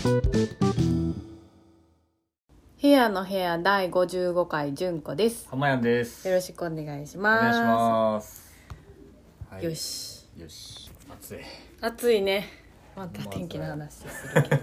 部屋の部屋第55回純子です。 浜谷です。 よろしくお願いしおます。 願いします、はい、 よし暑い暑いね。また天気の話するけ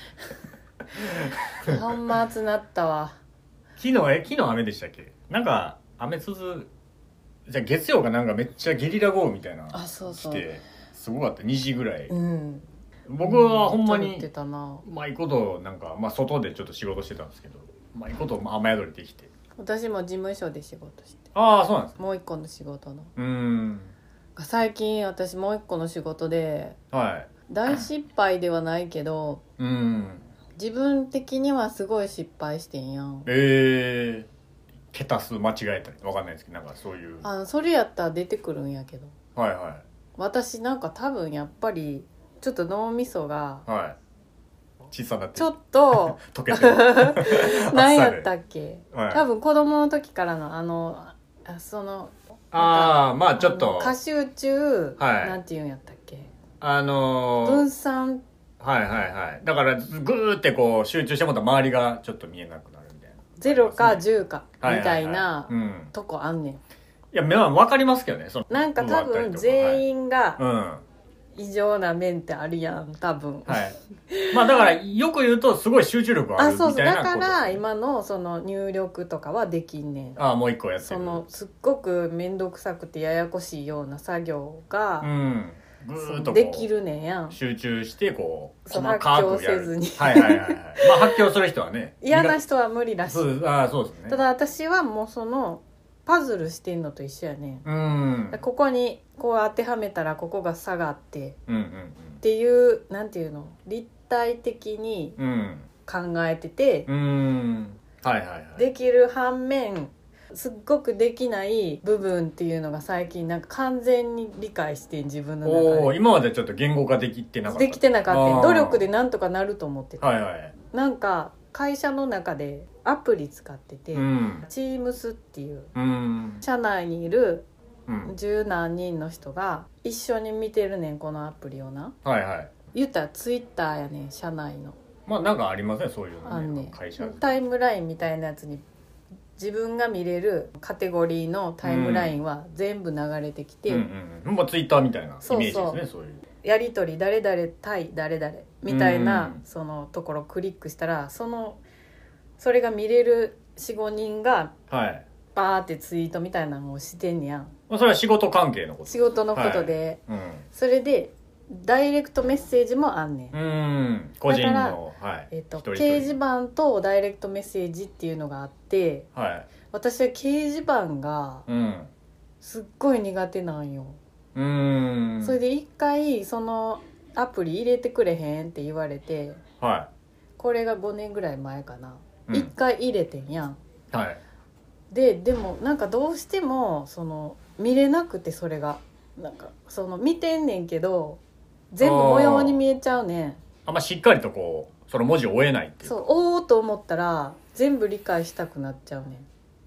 どほんま暑なったわ。 昨日雨でしたっけ。なんか雨じゃあ月曜かなんかめっちゃゲリラ豪雨みたいなそう来てすごかった。2時ぐらい、僕僕はほんまにてたな。 うまいことなんか、外でちょっと仕事してたんですけど、うまいこと雨宿りできて。 私も事務所で仕事して、 ああそうなんです。 もう一個の仕事の最近私もう一個の仕事で、大失敗ではないけど、自分的にはすごい失敗してんやん。 桁数間違えたり分かんないですけど、なんかそういうそれやったら出てくるんやけど、私なんか多分やっぱりちょっと脳みそが小さなってちょっと溶けてる何やったっけ、 多分子供の時からのそのちょっと過集中、なんていうんやったっけ、分散、 だからグーってこう集中してもらったら周りがちょっと見えなくなるみたいな、 0か10かみたいなとこあんねん。 いや分かりますけどね。 なんか多分全員が異常な面ってあるやん多分。 だからよく言うとすごい集中力あるみたいなこと。 だから今のその入力とかはできんねん。 もう一個やってる。 すっごく面倒くさくてややこしいような作業がぐーっとできるねんやん。 集中してこう細かくやる。発狂せずに発狂する人はね、 嫌な人は無理らしい。 そうですね。 ただ私はもうそのパズルしてんのと一緒やねん。ここにこう当てはめたらここが下がって、っていうなんていうの、立体的に考えてて、できる反面すっごくできない部分っていうのが最近なんか完全に理解してん、自分の中で。 今までちょっと言語化できてなかった。 できてなかった。努力でなんとかなると思ってて、なんか会社の中でアプリ使ってて、Teams っていう、社内にいる十何人の人が一緒に見てるねん、このアプリをな。言ったらツイッターやねん、社内の。 なんかありますね、そういうのね、会社タイムラインみたいなやつに自分が見れるカテゴリーのタイムラインは全部流れてきて、 ツイッターみたいなイメージですね。そういうやり取り誰々対誰々みたいな、そのところをクリックしたらそれが見れる 4,5 人がバーってツイートみたいなのをしてんねやん。それは仕事関係のこと。 仕事のことで、それでダイレクトメッセージもあんねん。 個人の、 掲示板とダイレクトメッセージっていうのがあって、私は掲示板がすっごい苦手なんよ。それで一回そのアプリ入れてくれへんって言われて、これが5年ぐらい前かな、一回入れてんやん。でもなんかどうしてもその見れなくて、それがなんかその見てんねんけど全部模様に見えちゃうねん。 しっかりとこうその文字を追えないっていう。 追おうと思ったら全部理解したくなっちゃうねん。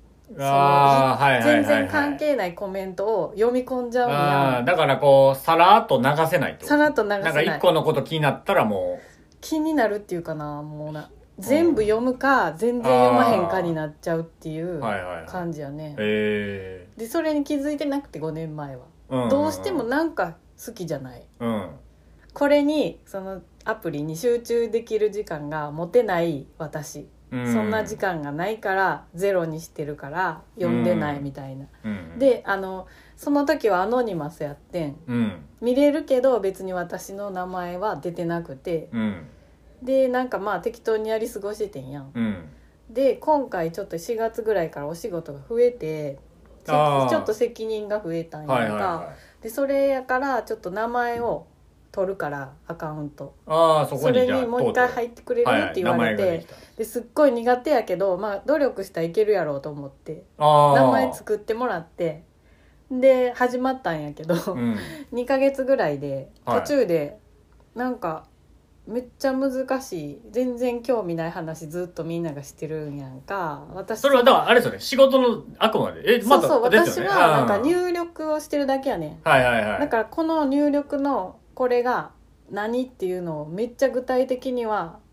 全然関係ないコメントを読み込んじゃうんや。 だからこうさらっと流せないと。 なんか一個のこと気になったらもう気になるっていうかな、もう全部読むか全然読まへんかになっちゃうっていう感じやね。でそれに気づいてなくて、5年前はどうしてもなんか好きじゃない、これにそのアプリに集中できる時間が持てない私、そんな時間がないからゼロにしてるから読んでないみたいな、でその時はアノニマスやってん、見れるけど別に私の名前は出てなくて、でなんか適当にやり過ごしててんやん、で今回ちょっと4月ぐらいからお仕事が増えて、ちょっと責任が増えたんやんか、でそれやからちょっと名前を取るからアカウント、それにもう一回入ってくれるって言われて、ですっごい苦手やけど、努力したらいけるやろうと思って名前作ってもらって、で始まったんやけど、2ヶ月ぐらいで途中でなんかめっちゃ難しい、全然興味ない話ずっとみんながしてるんやんか。 それはだからあれですよね、仕事のあくまで私はなんか入力をしてるだけやねん。だからこの入力のこれが何っていうのをめっちゃ具体的には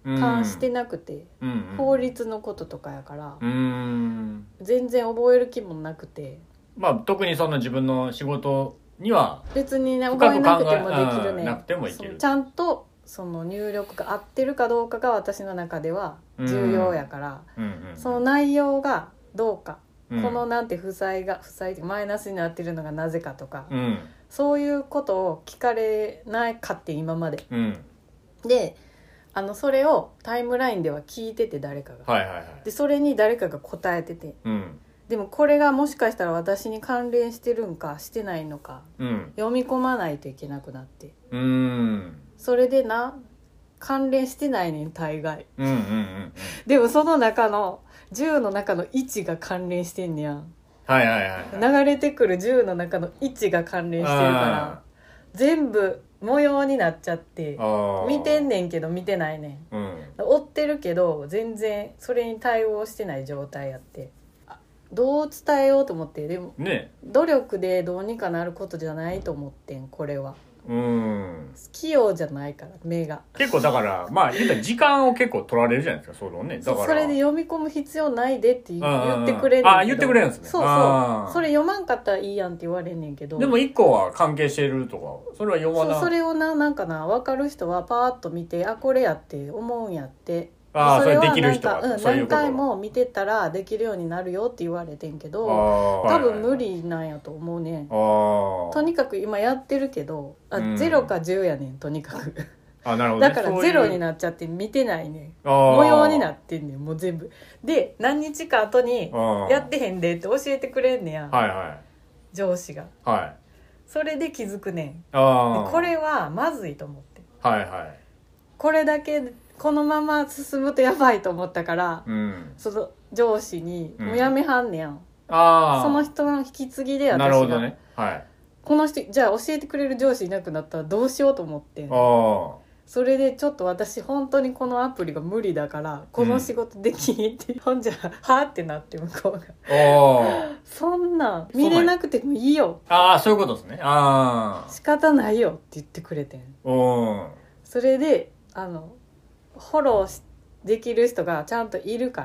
関してなくて、法律のこととかやから、全然覚える気もなくて、 まあ特にその自分の仕事には別にね覚えなくてもできるね。 なくてもいける。 ちゃんとその入力が合ってるかどうかが私の中では重要やから、その内容がどうか、このなんて負債マイナスになってるのがなぜかとか、そういうことを聞かれなかって今まで、でそれをタイムラインでは聞いてて誰かが、でそれに誰かが答えてて、でもこれがもしかしたら私に関連してるんかしてないのか、読み込まないといけなくなって、それで関連してないねん大概、でもその中の10の中の1が関連してんねやん、流れてくる10の中の1が関連してるから全部模様になっちゃって見てんねんけど見てないねん、追ってるけど全然それに対応してない状態やって、どう伝えようと思って、でも、努力でどうにかなることじゃないと思ってんこれは。器用じゃないから目が結構だからまあ言ったら時間を結構取られるじゃないですか、そのね。だからそれで読み込む必要ないでって言ってくれるんだけど、 言ってくれるんですね。 そうそれ読まんかったらいいやんって言われんねんけど、 でも1個は関係してるとかそれは読まない。 それをなんか分かる人はパーッと見てこれやって思うんやって、 それできる人は何回も見てたらできるようになるよって言われてんけど、多分無理なんやと思うね。とにかく今やってるけど0か10やねんとにかくなるほど、ね、 だから0になっちゃって見てないねん、模様になってんねんもう全部で、何日か後にやってへんでって教えてくれんねや、上司が、それで気づくねん。でこれはまずいと思って、これだけこのまま進むとやばいと思ったから、その上司にもうやめはんねやん、その人の引き継ぎで私が、 なるほどね、 この人じゃあ教えてくれる上司いなくなったらどうしようと思って、それでちょっと私本当にこのアプリが無理だからこの仕事できんって、ほんじゃはってなって向こうがそんなん見れなくてもいいよ、 そういうことですね、 仕方ないよって言ってくれてん。それでフォローできる人がちゃんといるから、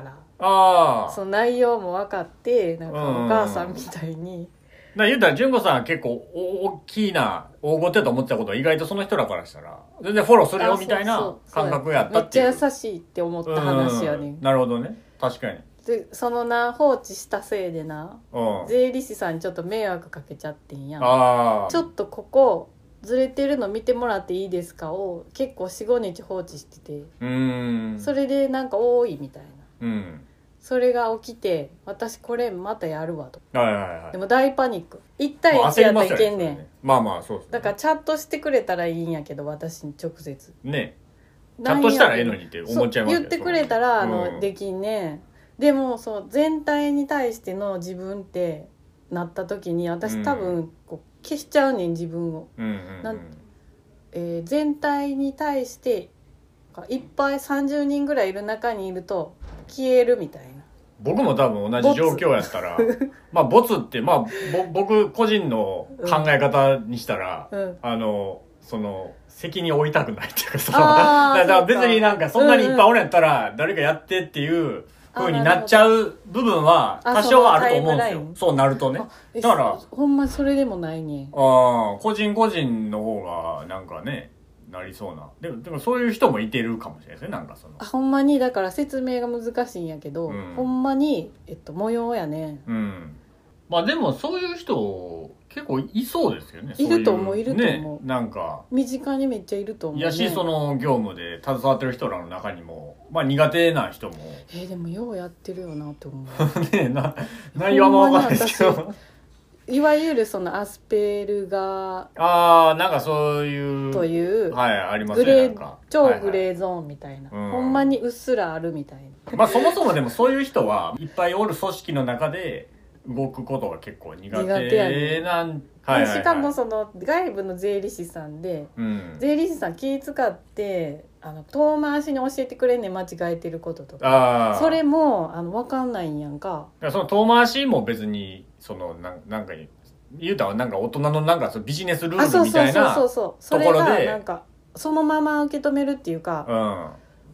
その内容も分かって、なんかお母さんみたいに、 言うたら純子さんは結構大きな大ごとと思ってたことは意外とその人らからしたら全然フォローするよみたいな感覚やったっていう。 めっちゃ優しいって思った話やねん。 なるほどね、確かに。 でその放置したせいで税理士さんにちょっと迷惑かけちゃってんやん。ちょっとここずれてるの見てもらっていいですかを結構 4,5 日放置してて、それでなんか多いみたいな、それが起きて私これまたやるわと、でも大パニック、1対1やったらいけんねん、 そうですね。 だからチャットしてくれたらいいんやけど私に直接ね、チャットしたらええのにって思っちゃいますけど、 言ってくれたらできんねん。でもそう全体に対しての自分ってなった時に私多分こう消しちゃうねん自分を、全体に対していっぱい30人ぐらいいる中にいると消えるみたいな。 僕も多分同じ状況やったらボツって僕個人の考え方にしたら、その責任を負いたくないっていうか、だから別になんかそんなにいっぱいおるんやったら誰かやってっていう風になっちゃう部分は多少はあると思うんですよ。そうなるとね。だからほんまそれでもないね。 個人個人の方がなんかねなりそうな。でもそういう人もいてるかもしれないですね。なんかそのほんまにだから説明が難しいんやけど、ほんまに模様やね。 でもそういう人結構いそうですよね。 いると思う、いると思う。 なんか身近にめっちゃいると思う、ね。 やしその業務で携わってる人らの中にも苦手な人も。 でもようやってるよなって思う。 内容は分かんないですけど。 いわゆるそのアスペルガなんかそういうというありますね。 超グレーゾーンみたいな、ほんまにうっすらあるみたいな。そもそもでもそういう人はいっぱいおる組織の中で動くことが結構苦手なんしかもその外部の税理士さんで、税理士さん気使って遠回しに教えてくれんねん、間違えてることとか。それも分かんないんやんか。 その遠回しも別にそのなんか言うたらなんか大人のなんかそのビジネスルールみたいなところでなんかそのまま受け止めるっていうか、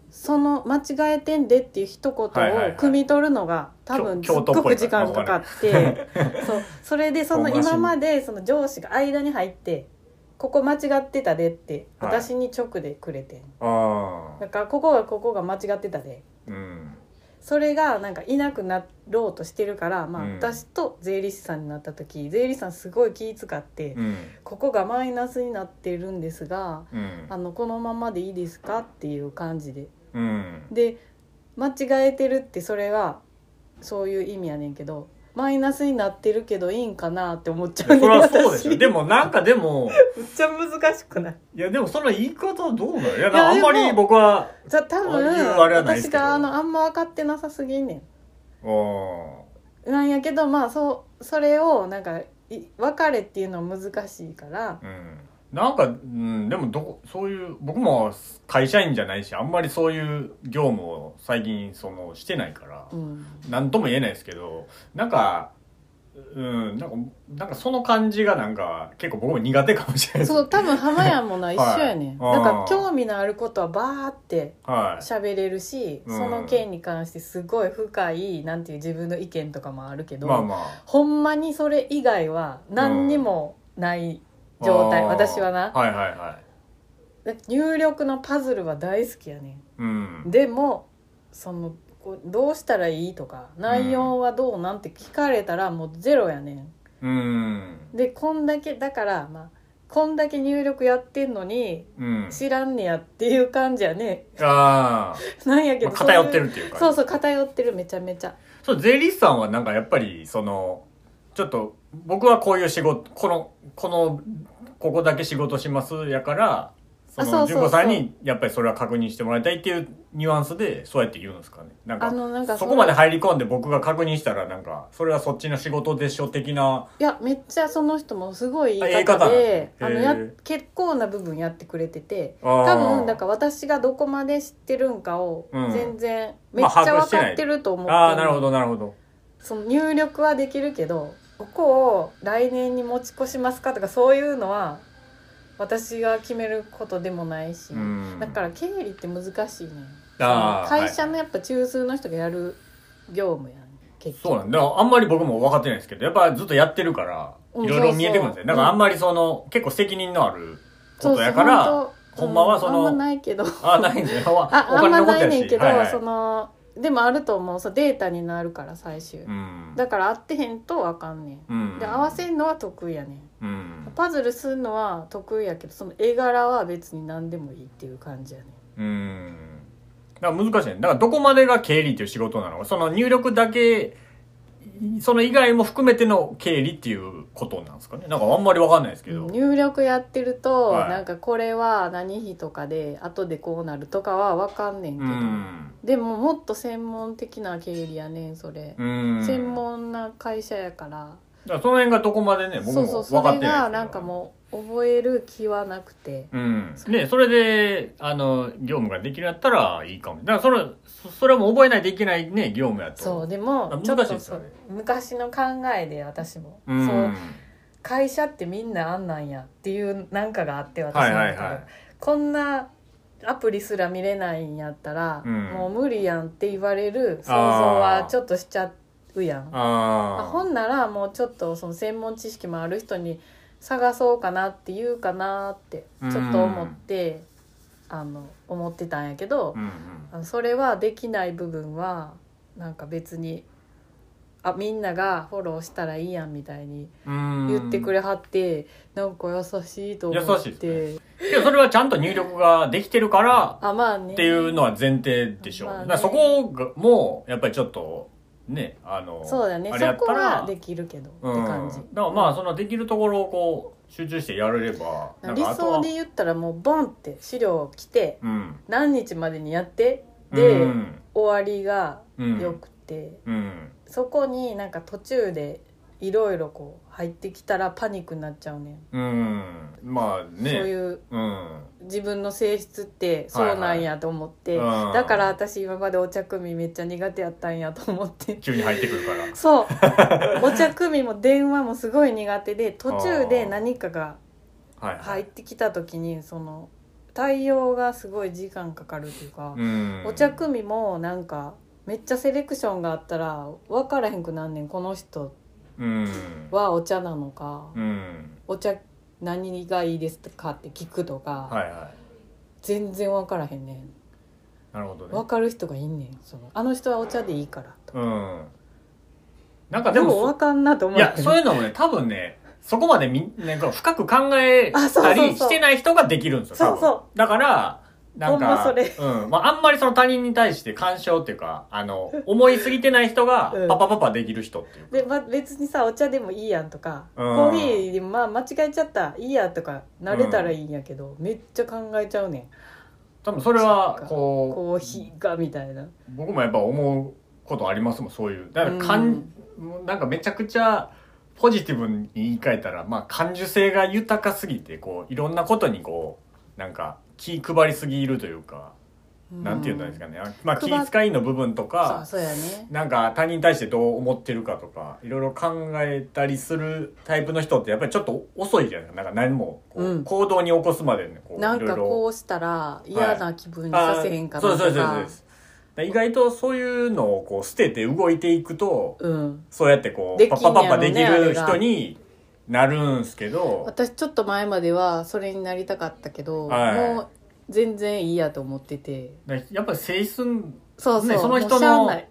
その間違えてんでっていう一言を汲み取るのが多分すっごく時間かかってそれでその今までその上司が間に入ってここ間違ってたでって私に直でくれてん、だからここが間違ってたで、それがなんかいなくなろうとしてるから、まあ、私と税理士さんになった時、税理士さんすごい気遣って、ここがマイナスになってるんですが、このままでいいですかっていう感じで、で間違えてるってそれはそういう意味やねんけど、マイナスになってるけどいいんかなって思っちゃうね。 それはそうでしょ。でもなんかでもめっちゃ難しくない？ いやでもその言い方どうなの？いやあんまり僕は多分私があんま分かってなさすぎんねん。なんやけどまあそれをなんか別れっていうのは難しいから。 なんか、でもそういう僕も会社員じゃないしあんまりそういう業務を最近してないから、なんとも言えないですけど、なんかその感じがなんか結構僕も苦手かもしれないです。 そう多分浜屋もな一緒やねん、なんか興味のあることはバーって喋れるし、その件に関してすごい深いなんていう自分の意見とかもあるけど、ほんまにそれ以外は何にもない状態、私はな、入力のパズルは大好きやねん、でもどうしたらいいとか内容はどうなんて聞かれたらもうゼロやねん、でこんだけだから、まあ、こんだけ入力やってんのに、知らんねやっていう感じやね。なんやけど、 偏ってるっていうか、 そう偏ってる、めちゃめちゃ。 税理士さんはなんかやっぱりちょっと僕はこういう仕事ここだけ仕事しますやから純子さんにやっぱりそれは確認してもらいたいっていうニュアンスでそうやって言うんですかね。なんかそこまで入り込んで僕が確認したらなんかそれはそっちの仕事でしょ的な。 いやめっちゃその人もすごい言い方で結構な部分やってくれてて、多分だから私がどこまで知ってるんかを全然めっちゃ分かってると思って、 なるほどなるほど。 その入力はできるけどここを来年に持ち越しますかとかそういうのは私が決めることでもないし、だから経理って難しいね。会社のやっぱ中枢の人がやる業務やね、結局。そうなんだ。 あんまり僕も分かってないですけど、やっぱずっとやってるからいろいろ見えてくるんですよ。だからあんまり結構責任のあることやから、ほんまはあんまないけどないんですよ。 あんまないねんけど、でもあると思う。データになるから最終、だから合ってへんとあかんねん、で合わせんのは得意やねん、パズルするのは得意やけどその絵柄は別に何でもいいっていう感じやねん。 だから難しいね。だからどこまでが経理っていう仕事なのか、その入力だけその以外も含めての経理っていうことなんですかね。なんかあんまり分かんないですけど、 入力やってると、なんかこれは何費とかで後でこうなるとかは分かんねんけど、でももっと専門的な経理やねんそれ、専門な会社やから、 だからその辺がどこまでね僕も分かってないですけど、 それがなんかもう覚える気はなくて、 でそれで業務ができるやったらいいかも。だからそれも覚えないといけないね業務やと。 そうでもちょっと昔の考えで私も、そう会社ってみんなあんなんやっていうなんかがあって、私の中で、こんなアプリすら見れないんやったら、もう無理やんって言われる想像はちょっとしちゃうやん。ほんならもうちょっとその専門知識もある人に探そうかなって言うかなってちょっと思って、思ってたんやけど、それはできない部分はなんか別にみんながフォローしたらいいやんみたいに言ってくれはって、なんか優しいと思って。優しいですね。 いやそれはちゃんと入力ができてるからっていうのは前提でしょう。だからそこもやっぱりちょっとね、 そうだね、そこはできるけど、って感じ。 だからまあそのできるところをこう集中してやれれば、 理想で言ったらもうボンって資料来て、何日までにやってで、終わりがよくて、そこになんか途中でいろいろこう入ってきたらパニックになっちゃうねん。 まあね、 そういう、自分の性質ってそうなんやと思って、だから私今までお茶組めっちゃ苦手やったんやと思って。 急に入ってくるからそうお茶組も電話もすごい苦手で、途中で何かが入ってきた時に対応がすごい時間かかるというか、お茶組もなんかめっちゃセレクションがあったら分からへんくなんねん、この人はお茶なのか、お茶何がいいですかって聞くとか、はいはい、全然分からへんねん。 なるほどね。 分かる人がいんねん、あの人はお茶でいいからとか、 なんかでも分かんなと思う。 いやそういうのもね多分ねそこまでなんか深く考えたりしてない人ができるんですよ。そうそう。だからなんかあんまりその他人に対して干渉っていうか思いすぎてない人がパパパパできる人っていうで、別にさお茶でもいいやんとか、コーヒーでも間違えちゃったいいやとかなれたらいいんやけど、めっちゃ考えちゃうねん。 多分それはこうコーヒーがみたいな、 僕もやっぱ思うことありますもん、そういう。だからなんかめちゃくちゃポジティブに言い換えたら、感受性が豊かすぎてこういろんなことにこうなんか気配りすぎるというか、なんて言うんですかね、気遣いの部分とか、 そうやね、 なんか他人に対してどう思ってるかとかいろいろ考えたりするタイプの人ってやっぱりちょっと遅いじゃないですか。なんか何もこう、行動に起こすまでね、こうなんかこうしたら嫌な気分にさせへんかなとか、 そう意外とそういうのをこう捨てて動いていくと、そうやってこうパパパパできる人になるんすけど、 私ちょっと前まではそれになりたかったけど、もう全然いいやと思ってて、 やっぱり性質そう、 ね、その人の、 はい、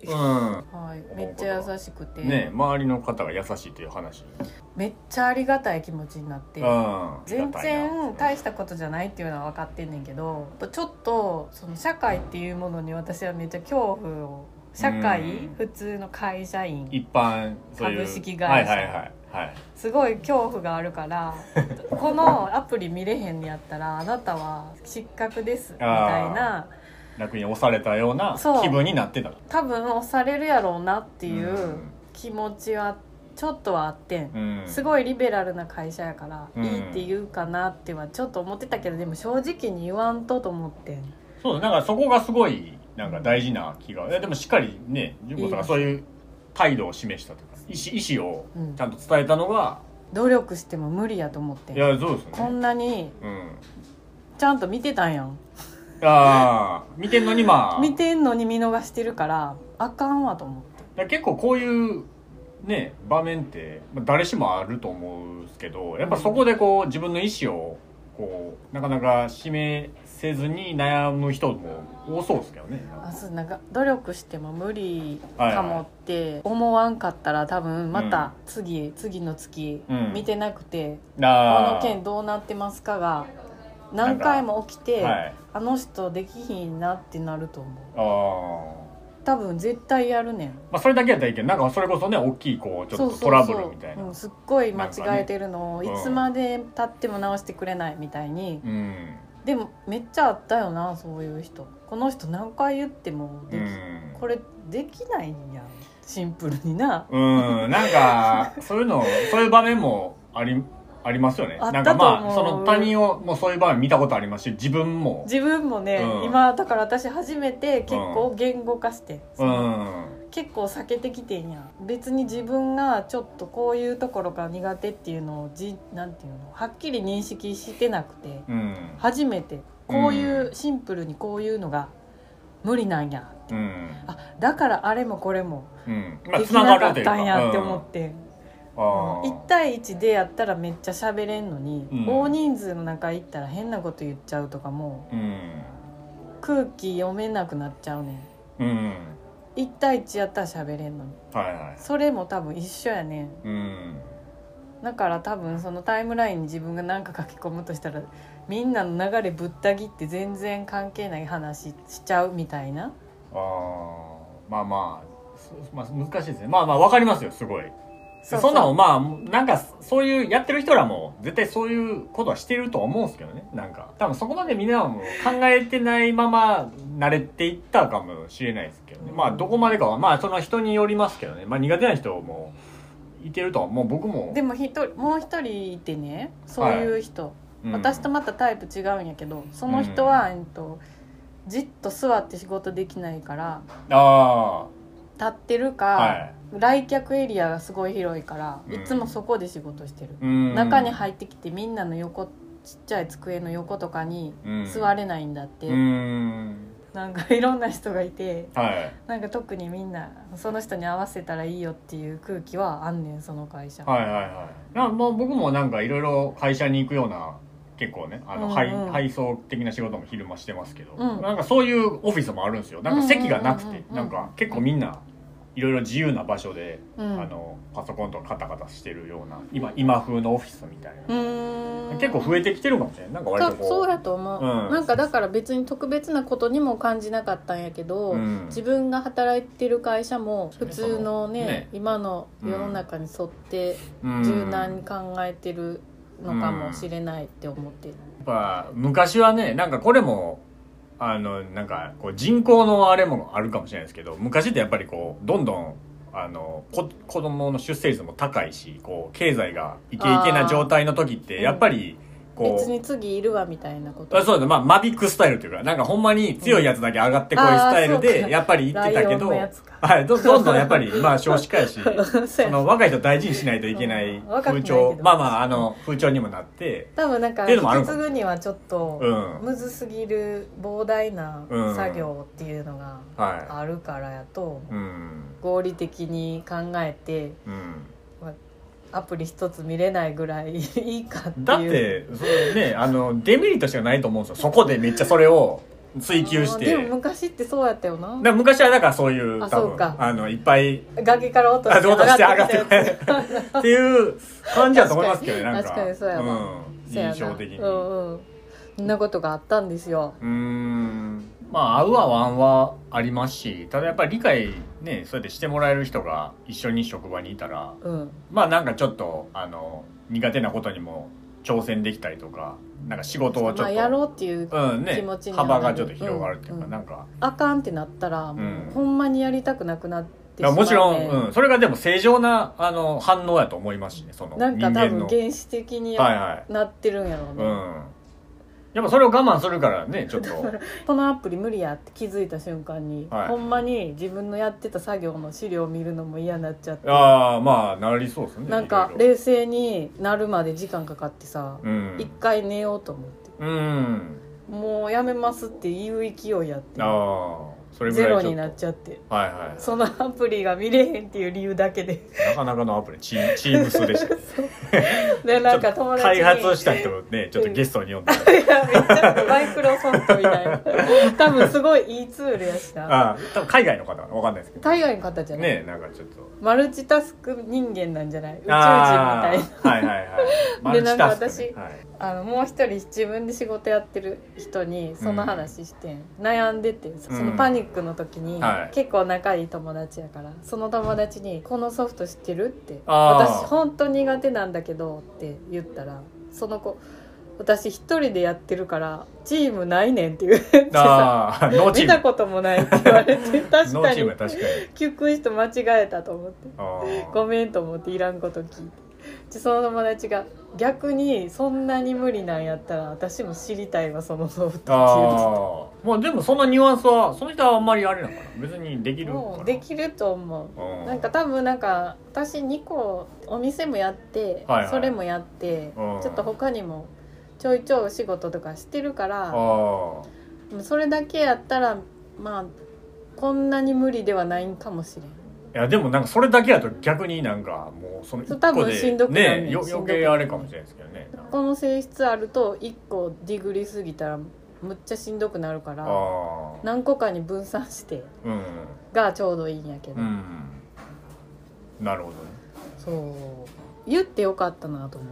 めっちゃ優しくて、 ね、周りの方が優しいという話、 めっちゃありがたい気持ちになって、全然大したことじゃないっていうのは分かってんねんけど、ちょっとその社会っていうものに私はめっちゃ恐怖を、社会、普通の会社員、 一般株式会社、すごい恐怖があるからこのアプリ見れへんにやったらあなたは失格ですみたいな、 楽に押されたような気分になってた。 多分押されるやろうなっていう気持ちはちょっとはあってん、すごいリベラルな会社やから、いいって言うかなってはちょっと思ってたけど、でも正直に言わんと思ってん。 そうだ、なんかそこがすごいなんか大事な気が、でもしっかりね、純子さんがそういう態度を示したとか意思をちゃんと伝えたのが、 努力しても無理やと思ってん。 いやそうですね、 こんなにちゃんと見てたんやん。 見てんのに見てんのに見逃してるからあかんわと思って。 結構こういうね場面って誰しもあると思うんですけど、やっぱそこでこう自分の意思をこうなかなか示せずに悩む人も多そうですけどね。 そう、なんか努力しても無理かもって思わんかったら、多分また次の月見てなくて、この件どうなってますかが何回も起きて、あの人できひんなってなると思う。多分絶対やるねん。 それだけやったらいいけど、なんかそれこそね、大きいこうちょっとトラブルみたいな、 すっごい間違えてるのをいつまで経っても直してくれないみたいに、でもめっちゃあったよな、そういう人。この人何回言ってもこれできないんや、シンプルにな。 なんかそういう場面もありますよね。なんかその他人をもうそういう場面見たことありますし、自分もね、今だから私初めて結構言語化して、結構避けてきてんや。別に自分がちょっとこういうところが苦手っていうのをなんていうの、はっきり認識してなくて、初めてこういうシンプルにこういうのが無理なんやって、だからあれもこれもできなかったんやって思って、1対1でやったらめっちゃ喋れんのに、大人数の中行ったら変なこと言っちゃうとかも、空気読めなくなっちゃうねん。1対1やったら喋れんのに、それも多分一緒やねん。だから多分そのタイムラインに自分が何か書き込むとしたら、みんなの流れぶった切って全然関係ない話しちゃうみたいな。 難しいですね。分かりますよ、すごい。そんなのなんかそういうやってる人らも絶対そういうことはしてると思うんですけどね。なんか多分そこまでみんなも考えてないまま慣れていったかもしれないですけどね。どこまでかはその人によりますけどね。苦手な人もいてるとはもう僕も。 でももう一人いてね、そういう人、私とまたタイプ違うんやけど、その人は、じっと座って仕事できないから、立ってるか、来客エリアがすごい広いから、いつもそこで仕事してる。中に入ってきてみんなの横ちっちゃい机の横とかに座れないんだって、なんかいろんな人がいて、はい、なんか特にみんなその人に合わせたらいいよっていう空気はあんねん、その会社。 はいはいはい。もう僕もなんかいろいろ会社に行くような結構ね配送的な仕事も昼間してますけど、なんかそういうオフィスもあるんですよ。なんか席がなくて、なんか結構みんないろいろ自由な場所で、パソコンとかカタカタしてるような今風のオフィスみたいな、結構増えてきてるかもしれない。なんか割とこうそうやと思う、なんかだから別に特別なことにも感じなかったんやけど、自分が働いてる会社も普通のね今の世の中に沿って柔軟に考えてるのかもしれないって思ってる。 やっぱ昔はね、なんかこれもなんかこう人口のあれもあるかもしれないですけど、昔ってやっぱりこうどんどん子供の出生率も高いし、こう経済がイケイケな状態の時ってやっぱり別に次いるわみたいなこと。 そうです。マビックスタイルというか、なんかほんまに強いやつだけ上がってこいスタイルでやっぱり行ってたけど、はい、どんどんやっぱり少子化やしその若い人大事にしないといけない風潮、風潮にもなって、 多分なんか引き継ぐにはちょっとむずすぎる膨大な作業っていうのがあるからやと、合理的に考えて、アプリ一つ見れないぐらいいいかっていう。 だってそれね、デメリットしかないと思うんですよ、そこでめっちゃそれを追求して。 でも昔ってそうやったよな。 昔はだからそういう多分いっぱい崖から落として上がってっていう感じだと思いますけどね。なんか確かにそうやわ、 印象的にそんなことがあったんですよ。 合うわワンはありますし、ただやっぱり理解ね、そうやってしてもらえる人が一緒に職場にいたら、なんかちょっと苦手なことにも挑戦できたりとか、なんか仕事をちょっと、 やろうっていう気持ちに幅がちょっと広がるっていうか、なんかあかんってなったらもうほんまにやりたくなくなってしまうね。 もちろん、それがでも正常な反応やと思いますしね、そのなんか多分原始的になってるんやろうね。 やっぱそれを我慢するからね、ちょっとこのアプリ無理やって気づいた瞬間に、ほんまに自分のやってた作業の資料を見るのも嫌になっちゃって。 なりそうですね。 なんか冷静になるまで時間かかってさ、一回寝ようと思って、もうやめますっていう勢いやって、それぐらいゼロになっちゃって、そのアプリが見れへんっていう理由だけで。 なかなかのアプリ、チームスでしたねでなんか友達に開発した人をね、ちょっとゲストに呼んで、 いやめっちゃマイクロソフトみたいな多分すごいいいツールやしな。 多分海外の方は分かんないですけど、 海外の方じゃないね、なんかちょっとマルチタスク人間なんじゃない、宇宙人みたいなでなんか私、もう一人自分で仕事やってる人にその話して、悩んでて、そのパニックの時に、結構仲いい友達やから、その友達に「このソフト知ってる?」って「私本当苦手なんだけど」って言ったら、その子「私一人でやってるからチームないねん」って言ってさ「見たこともない」って言われて確かに聞く人間違えたと思ってごめんと思って、いらんこと聞いて。その友達が逆にそんなに無理なんやったら私も知りたいわそのソフトって言う。でもそんなニュアンスはその人はあんまりあれなのかな、別にできるかな。 できると思う。なんか多分なんか私2個お店もやって、それもやって、ちょっと他にもちょいちょいお仕事とかしてるから、それだけやったらこんなに無理ではないんかもしれん。 いやでもなんかそれだけやと逆になんかもうその1個で多分しんどくなるね、余計あれかもしれないですけどね。 この性質あると1個ディグリすぎたらむっちゃしんどくなるから、何個かに分散してがちょうどいいんやけど、 なるほどね。 そう言ってよかったなと思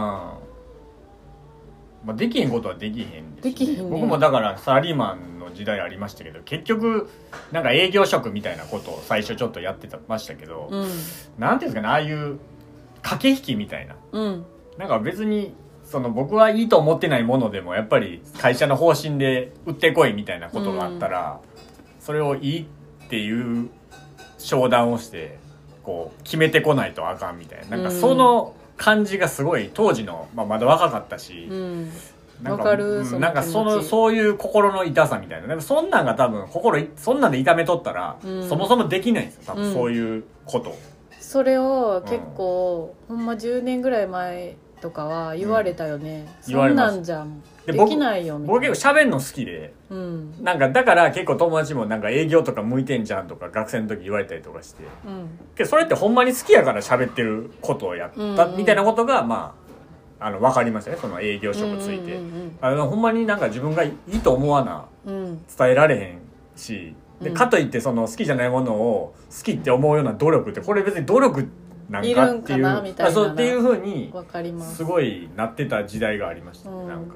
う。できへんことはできへんです、ね、僕もだからサラリーマンの時代ありましたけど、結局なんか営業職みたいなことを最初ちょっとやってましたけど、なんていうんですかね、ああいう駆け引きみたいな、なんか別にその僕はいいと思ってないものでもやっぱり会社の方針で売ってこいみたいなことがあったら、それをいいっていう商談をしてこう決めてこないとあかんみたいな、なんかその感じがすごい当時の、まだ若かったし、 わかる。 なんかそういう心の痛さみたいな、なんかそんなんが多分そんなんで痛めとったら、そもそもできないんですよ、多分そういうこと。 それを結構、ほんま10年ぐらい前とかは言われたよね、そんなんじゃできないよみたいな。 僕結構喋るの好きで、なんかだから結構友達もなんか営業とか向いてんじゃんとか学生の時言われたりとかして、けどそれってほんまに好きやから喋ってることをやったみたいなことが分かりましたね、その営業職ついて、ほんまになんか自分がいいと思わな伝えられへんし、でかといってその好きじゃないものを好きって思うような努力ってこれ別に努力なんかっていう、そうっていう風にすごいなってた時代がありましたね、なんか、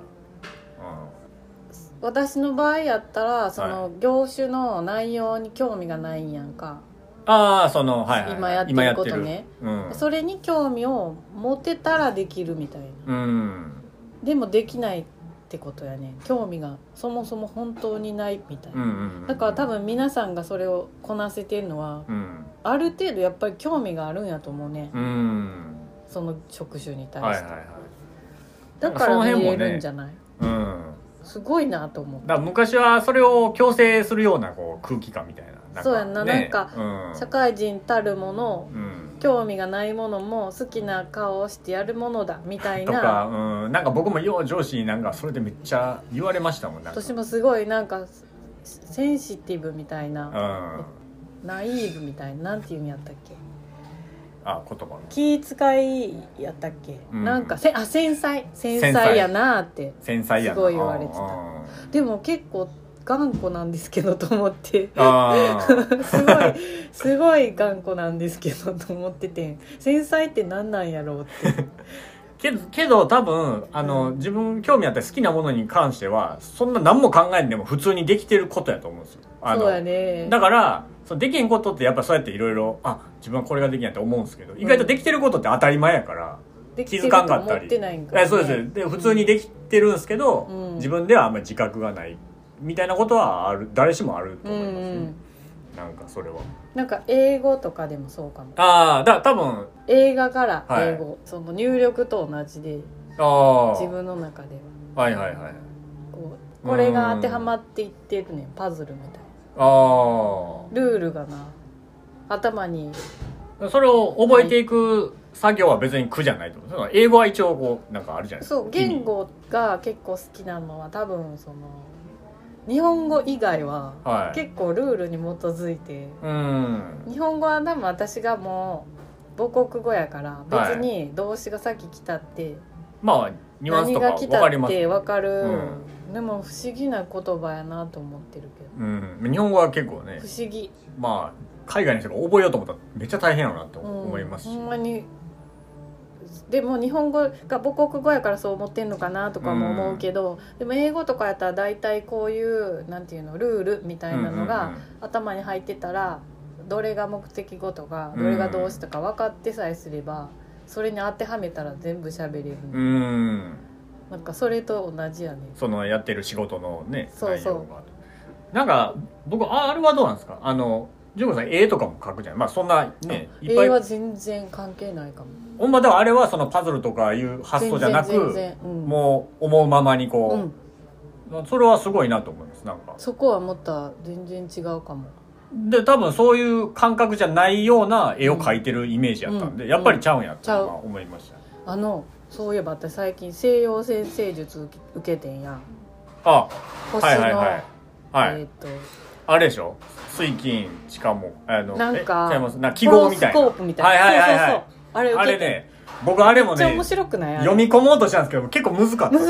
私の場合やったらその業種の内容に興味がないんやんか。 その今やってることね、それに興味を持てたらできるみたいな、でもできないってことやね。興味がそもそも本当にないみたいな、だから多分皆さんがそれをこなせてるのは、ある程度やっぱり興味があるんやと思うね、その職種に対して、だから見えるんじゃない、すごいなと思って。 だから昔はそれを強制するようなこう空気感みたいな、 そうやな、なんか、社会人たるもの、興味がないものも好きな顔をしてやるものだみたいなとか、なんか僕も上司になんかそれでめっちゃ言われましたもん。 私もすごいなんかセンシティブみたいな、ナイーブみたいな、なんていうんやったっけ、 言葉気遣いやったっけ、なんか繊細やなってすごい言われてた。でも結構頑固なんですけどと思ってすごい頑固なんですけどと思ってて、繊細って何なんやろうってけど多分自分興味あったり好きなものに関してはそんな何も考えんでも普通にできてることやと思うんですよ。 そうやね。 だからできへんことってやっぱそうやっていろいろ自分はこれができないって思うんですけど、意外とできてることって当たり前やから、気づかんかったり、そうですで普通にできてるんですけど、自分ではあんまり自覚がないみたいなことは誰しもあると思いますね、なんかそれはなんか英語とかでもそうかも。 多分映画から英語、その入力と同じで、自分の中ではこれが当てはまっていってるね、パズルみたいなルールがな頭に。 それを覚えていく作業は別に苦じゃないと思う。英語は一応こうなんかあるじゃないですか。 そう言語が結構好きなのは多分その日本語以外は結構ルールに基づいて、日本語は多分私がもう母国語やから別に動詞がさっき来たって、 ニュアンスとか分かります。 何が来たって分かる、でも不思議な言葉やなと思ってるけど、日本語は結構ね不思議。 海外の人が覚えようと思ったらめっちゃ大変やなと思いますし、 ほんまに。でも日本語が母国語やからそう思ってんのかなとかも思うけど、でも英語とかやったら大体こういうなんていうのルールみたいなのが頭に入ってたら、どれが目的語とかどれが動詞とか分かってさえすれば、それに当てはめたら全部喋れる。なんかそれと同じやね。 そのやってる仕事のね、内容が。なんか僕あれはどうなんですか、ジュンコさん絵とかも描くじゃない。そんなねいっぱい絵は全然関係ないかも。 ほんまでもあれはそのパズルとかいう発想じゃなく、もう思うままにこう、それはすごいなと思います。なんかそこはもっと全然違うかも。 で多分そういう感覚じゃないような絵を描いてるイメージやったんで、やっぱりちゃうんやって思いました。 そういえば私最近西洋先生術受けてんやん。 星のあれでしょ、水金しかもなんか記号みたいなホロスコープみたいな、そうあれね、 僕あれもねめっちゃ面白くない？ 読み込もうとしたんですけど結構難かった。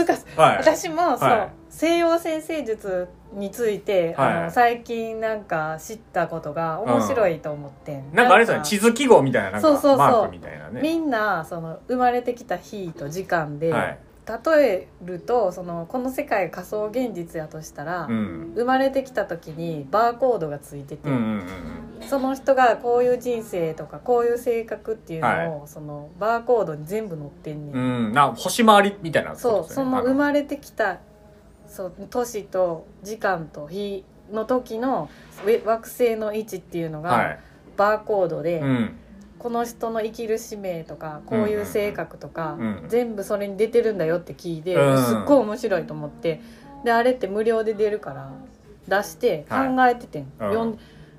私も西洋占星術について最近なんか知ったことが面白いと思って、 なんかあれですよね、地図記号みたいな、なんかマークみたいなね。 みんなその生まれてきた日と時間で、例えるとこの世界が仮想現実やとしたら、生まれてきた時にバーコードがついてて、その人がこういう人生とかこういう性格っていうのを、そのバーコードに全部載ってんねん。 星回りみたいなことですね。 その生まれてきた年と時間と日の時の惑星の位置っていうのがバーコードで、この人の生きる使命とかこういう性格とか、全部それに出てるんだよって聞いて、すっごい面白いと思って、であれって無料で出るから出して考えててん、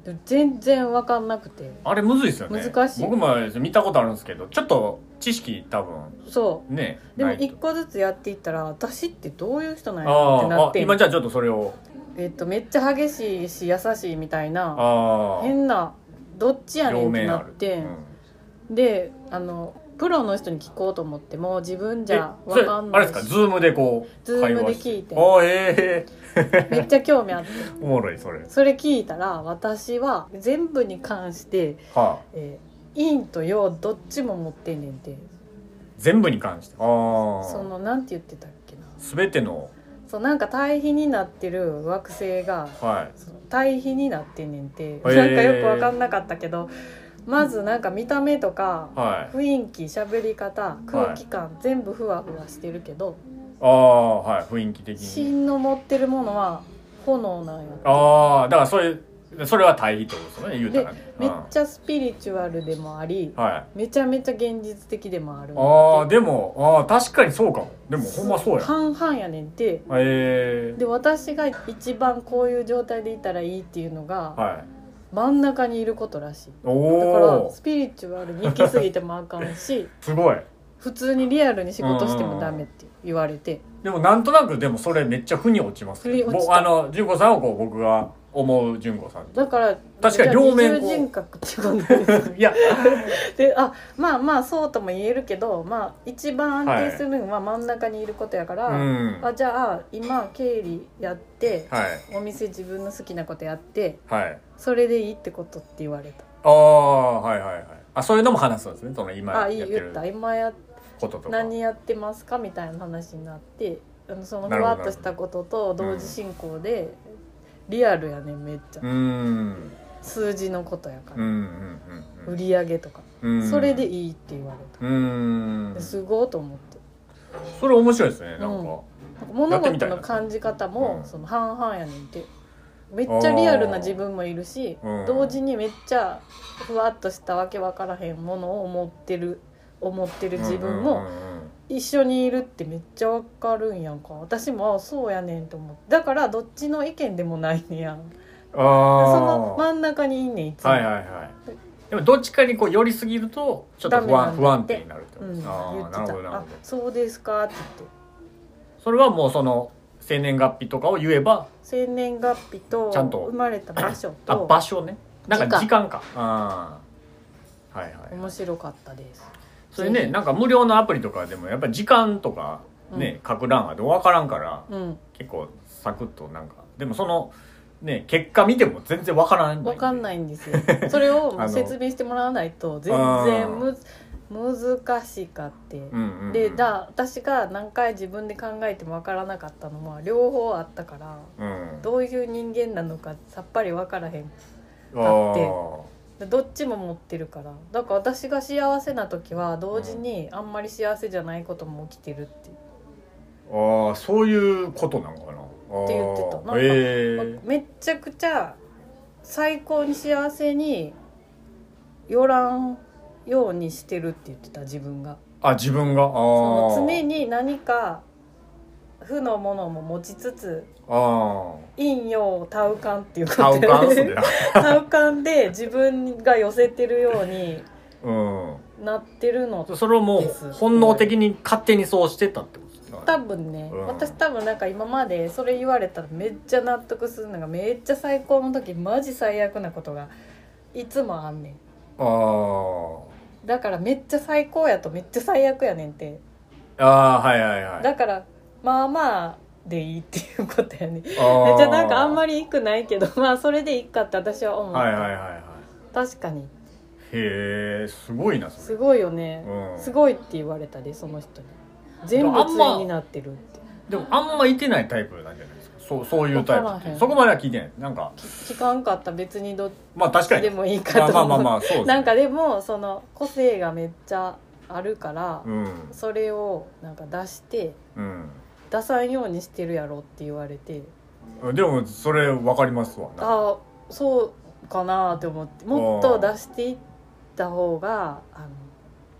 全然分かんなくて、 あれむずいですよね。 難しい。 僕も見たことあるんですけど、ちょっと知識多分そうね。 でも一個ずつやっていったら、私ってどういう人なんやろってなって、 今じゃあちょっとそれをめっちゃ激しいし優しいみたいな、変などっちやねんってなって、でプロの人に聞こうと思っても自分じゃ分かんないし、 あれですか、ズームでこうズームで聞いて、めっちゃ興味あっておもろい。それ聞いたら、私は全部に関して、陰と陽どっちも持ってんねんて。 全部に関して、 なんて言ってたっけな、 全てのなんか対比になってる惑星が、対比になってんねんて、なんかよく分かんなかったけど、まずなんか見た目とか、雰囲気、喋り方、空気感、全部ふわふわしてるけど、 雰囲気的に芯の持ってるものは炎なんやって。 だからそれは対比ってことですよね、言うたらね。 めっちゃスピリチュアルでもあり、めちゃめちゃ現実的でもある。 でも確かにそうかも。でもほんまそうや、 半々やねんて。で私が一番こういう状態でいたらいいっていうのが、真ん中にいることらしい。だからスピリチュアルに行き過ぎてもあかんしすごい、 普通にリアルに仕事してもダメって言われて。 でもなんとなくでもそれめっちゃ腑に落ちますね。純子さんをこう僕が思う純子さんだから、 確かに両面二重人格ってことですいやで、まあまあそうとも言えるけど、まあ一番安定するのは真ん中にいることやから、じゃあ今経理やって、お店自分の好きなことやって、それでいいってことって言われた。 そういうのも話すんですね。今やってる言った。今こととか何やってますかみたいな話になって、そのふわっとしたことと同時進行で、リアルやねん、めっちゃ。数字のことやから、売り上げとか、それでいいって言われた。すごいと思って。 それ面白いですね。なんか物事の感じ方も半々やねんて。めっちゃリアルな自分もいるし、同時にめっちゃふわっとしたわけわからへんものを思ってる自分も一緒にいるってめっちゃわかるんやんか。私もそうやねんと思って。だからどっちの意見でもないねやん。その真ん中にいんねん、いつも。 でもどっちかにこう寄りすぎるとちょっと不安定になるってことです。 言ってた。そうですかって言って。 それはもうその生年月日とかを言えば、 生年月日と生まれた場所と場所ね、なんか時間か。 面白かったです。 それね、なんか無料のアプリとかでもやっぱり時間とかね、書く欄が分からんから、結構サクッとなんか、でもそのね、結果見ても全然分からないんで。 分かんないんですよ。それを説明してもらわないと全然難しかって、で私が何回自分で考えても分からなかったのは両方あったから、どういう人間なのかさっぱり分からへんかって。どっちも持ってるから。だから私が幸せな時は同時にあんまり幸せじゃないことも起きてるって。 そういうことなのかなって言ってた。なんかめっちゃくちゃ最高に幸せによらんようにしてるって言ってた、自分が。 自分が常に何か負のものも持ちつつ、陰陽多右観っていうことで、多右観で自分が寄せてるようになってるの。 それをもう本能的に勝手にそうしてたってことですか。 多分ね、私多分なんか今までそれ言われたらめっちゃ納得するのが、めっちゃ最高の時マジ最悪なことがいつもあんねん。だからめっちゃ最高やとめっちゃ最悪やねんって。だからまあまあでいいっていうことやね。じゃあなんかあんまり良くないけど、まあそれでいいかって私は思った。確かに。 へえ、すごいなそれ。 すごいよね、すごいって言われたで、その人に。全部対になってるって。 でもあんまいてないタイプなんじゃないですか。そういうタイプ。そこまでは聞いてない。なんか聞かんかった。別にどっちでもいいかと思う。なんかでもその個性がめっちゃあるから、それをなんか出して、出さんようにしてるやろって言われて。 でもそれ分かりますわ。 そうかなって思って、もっと出していった方が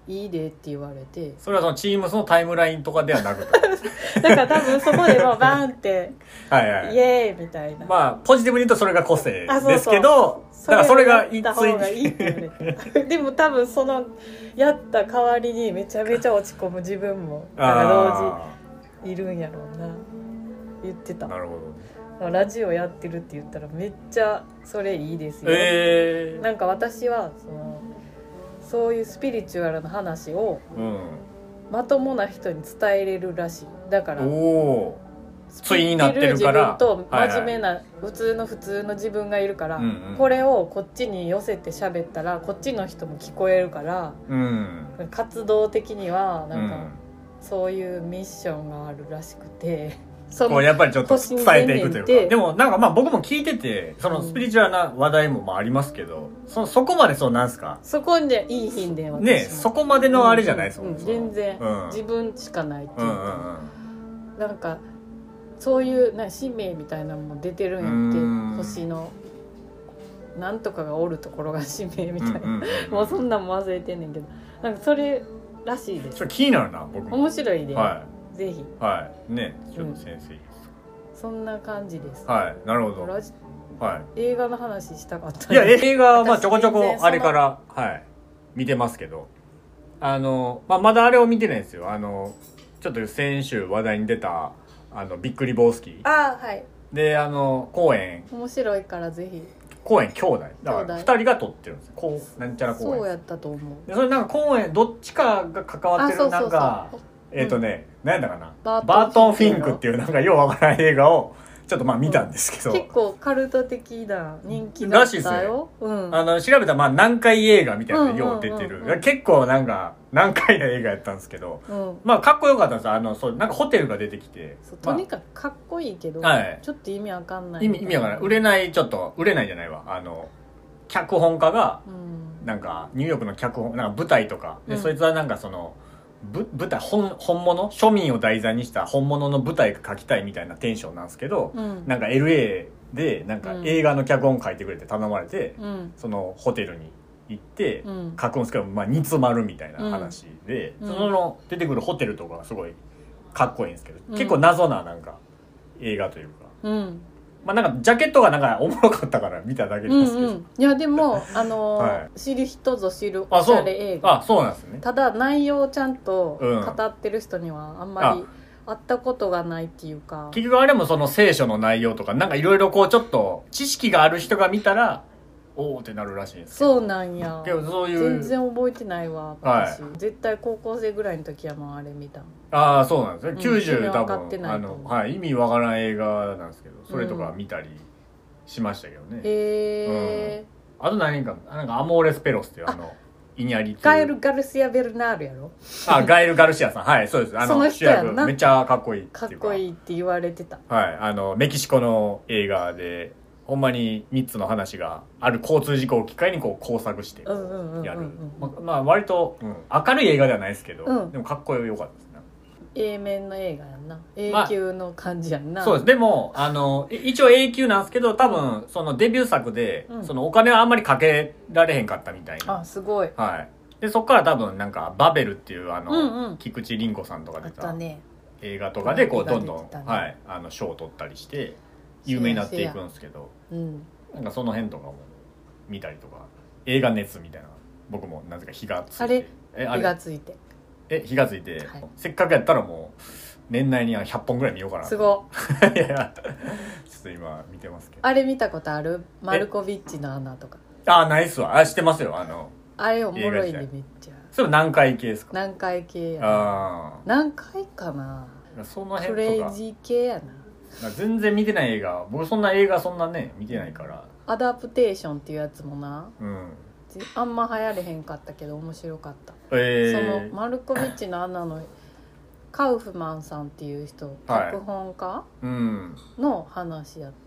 いいでって言われて、 それはそのチームスのタイムラインとかではなくてだから多分そこでもうバーンってはい、はい、 イエーイみたいな、 まあポジティブに言うとそれが個性ですけど、だからそれがいった方がいいって言われてでも多分そのやった代わりにめちゃめちゃ落ち込む自分も同時いるんやろうな言ってた。 なるほど。ラジオやってるって言ったらめっちゃそれいいですよ、なんか私はそういうスピリチュアルな話をまともな人に伝えれるらしい。だからついになってるから自分と真面目な普通の自分がいるから、これをこっちに寄せて喋ったらこっちの人も聞こえるから、活動的にはなんかそういうミッションがあるらしくて、 こうやっぱりちょっと伝えていくというか。でもなんかまあ僕も聞いててそのスピリチュアルな話題もまあありますけど、そこまでなんすか、 そこでいい品でね、そこまでのあれじゃないですもん、 全然、自分しかないっていうか、なんかそういう使命みたいなのも出てるんやって、星のなんとかがおるところが使命みたいな、もうそんなんも忘れてんねんけど、なんかそれらしいです。 それ気になるな、僕も。 面白いで、ぜひ。 はいね、ちょっと先生、 そんな感じです。 はい、なるほど。 映画の話したかった。 いや、映画はまあちょこちょこあれから見てますけど、まあまだあれを見てないんですよ。ちょっと先週話題に出たびっくりボースキー。 はい。 で公演面白いからぜひ。 公演兄弟だから2人が撮ってるんですよ。なんちゃら公演。 そうやったと思う。 でそれなんか公演どっちかが関わってるなんか何だかな、バートン・フィンクっていうなんかようわからない映画をちょっとまあ見たんですけど、 結構カルト的な人気だったよ。らしいですよ。 調べたらまあ難解映画みたいなのよう出てる、結構なんか難解な映画やったんですけど、まあかっこよかったんです。そうなんかホテルが出てきて、 とにかくかっこいいけど、ちょっと意味わかんない。 意味わかんない。売れないじゃないわ。脚本家がなんかニューヨークの脚本なんか舞台とかで、そいつはなんか舞台本物庶民を題材にした本物の舞台が描きたいみたいなテンションなんですけど、なんか LA でなんか映画の脚本書いてくれって頼まれて、そのホテルに行って書くんですけど、まあ煮詰まるみたいな話で、その出てくるホテルとかがすごいかっこいいんですけど、結構謎ななんか映画というか、まあなんかジャケットがなんかおもろかったから見ただけですけど、いやでも知る人ぞ知るおしゃれ映画。 そうなんですね。 ただ内容をちゃんと語ってる人にはあんまり会ったことがないっていうか、 結局あれもその聖書の内容とかなんかいろいろこうちょっと知識がある人が見たらおーってなるらしいんですけど。 そうなんや。 けどそういう全然覚えてないわ私、絶対高校生ぐらいの時はもうあれ見た。 そうなんですね。90多分意味わからん映画なんですけど、それとか見たりしましたけどね。あと何かなんかアモーレスペロスっていうイニャリガエル・ガルシア・ベルナールやろ。 ガエル・ガルシアさん、はい、そうです。 その人やんな。 めっちゃかっこいいっていうか、 かっこいいって言われてた。 はい、メキシコの映画でほんまに3つの話がある交通事故を機会にこう工作してやる。まあ割と明るい映画ではないですけど、でもかっこよかったですね。 A 面の映画やんな。A 級の感じやんな。 そうです。でも一応 A 級なんですけど、多分そのデビュー作でそのお金はあんまりかけられへんかったみたいな。 すごい。 はい。でそっから多分なんかバベルっていう菊池凛子さんとか出た映画とかでこうどんどん賞を取ったりして有名になっていくんですけど、なんかその辺とかも見たりとか、映画熱みたいな、僕もなぜか火がついて、 火がついて火がついて、せっかくやったらもう年内には100本ぐらい見ようかな。 すごいやちょっと今見てますけど。 あれ見たことある？マルコビッチの穴とか。 ないっすわ。知ってますよ。 あれおもろいでめっちゃ。 それ何回系ですか？ 何回系やな。何回かな。 その辺とかクレイジー系やな。 全然見てない映画、僕そんな映画そんなね見てないから。 アダプテーションっていうやつもな、あんま流行れへんかったけど面白かった。そのマルコビッチの穴のカウフマンさんっていう人、脚本家の話やった。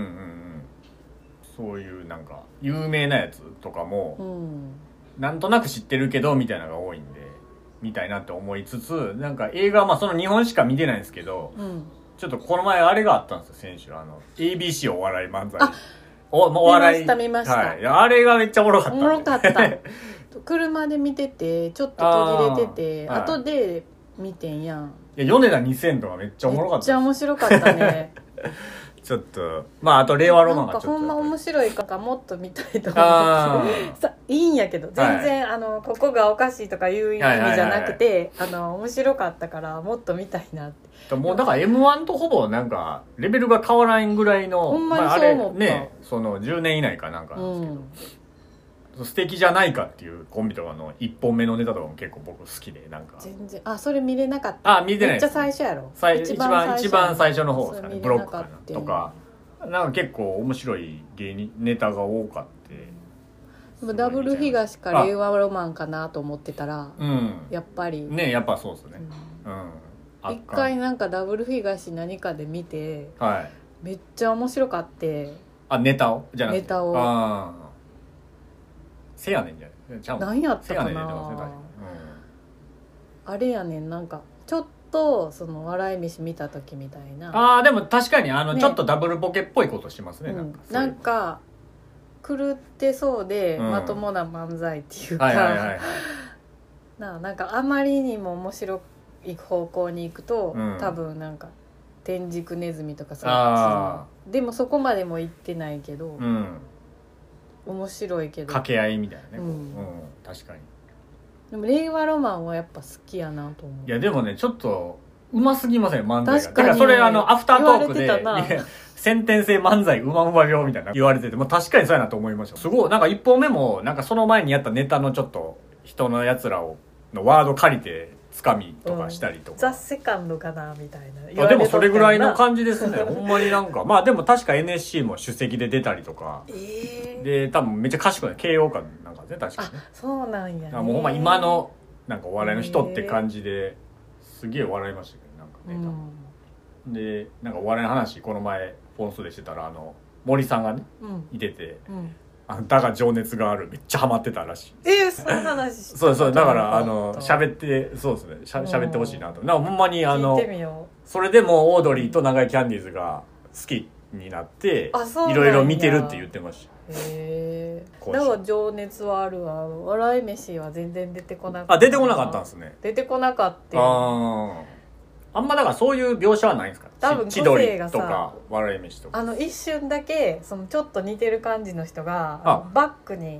そういうなんか有名なやつとかも、なんとなく知ってるけどみたいなのが多いんで見たいなって思いつつ、なんか映画はその2本しか見てないんですけど、ちょっとこの前あれがあったんですよ、先週ABC お笑い漫才。 お笑い見ました。 あれがめっちゃおもろかった。 おもろかった。 車で見ててちょっと途切れてて、はい、後で見てんやん。 いや米田2000とかめっちゃおもろかった。 めっちゃ面白かったねちょっとまああと令和ロマンがちょっとなんかほんま面白いからもっと見たいと思ってさいいんやけど全然、はい、ここがおかしいとかいう意味じゃなくて、面白かったからもっと見たいなって。 もうだから M1 とほぼなんかレベルが変わらんぐらいのほんまにそう思った、 まあ、あれねその10年以内かなんかなんですけど、素敵じゃないかっていうコンビとかの1本目のネタとかも結構僕好きでなんか全然それ見れなかった。 見てないめっちゃ最初やろ。 一番最初の方ですかね。ブロックかなとかなんか結構面白い芸人ネタが多かって。 でもダブル東か令和ロマンかなと思ってたら、やっぱりねやっぱそうですね。 一回なんかダブル東何かで見て、 はい、 めっちゃ面白かって。 ネタをじゃなくてネタをせやねんじゃないちゃう何やったかな、あれやねんなんかちょっとその笑い飯見た時みたいな。 でも確かにね、ちょっとダブルボケっぽいことしますね、 なんか狂ってそうで、まともな漫才っていうか、なんかあまりにも面白い方向に行くと、多分なんか天竺ネズミとかさでもそこまでも行ってないけど、面白いけど掛け合いみたいなね、確かに。 でも令和ロマンはやっぱ好きやなと思う。 いやでもねちょっとうますぎません漫才が。確かにだからそれアフタートークで先天性漫才うまうま病みたいな言われてても確かにそうやなと思いました。すごいなんか1本目もなんかその前にやったネタのちょっと人のやつらをのワード借りてつかみとかしたりとか、 ザ・セカンドかなみたいな。 でもそれぐらいの感じですねほんまになんかまあでも確か NSC も首席で出たりとか、で多分めっちゃ賢い慶応かなんかね確かにね。 そうなんやね。 もうほんま今のなんかお笑いの人って感じですげえ笑いましたけどなんかね、でなんかお笑いの話この前フォンスでしてたら森さんがね、いてて、だが情熱があるめっちゃハマってたらしい。 そんな話してた。 そうだから喋ってそうですね喋ってほしいなと。なんかほんまに聞いてみよう。それでもオードリーと長井キャンディーズが好きになっていろいろ見てるって言ってました。 だから情熱はあるわ。笑い飯は全然出てこなかった。 出てこなかったんですね。 出てこなかった。 あんまだからそういう描写はないんですか。 多分千鳥とか笑い飯とか一瞬だけそのちょっと似てる感じの人がバックに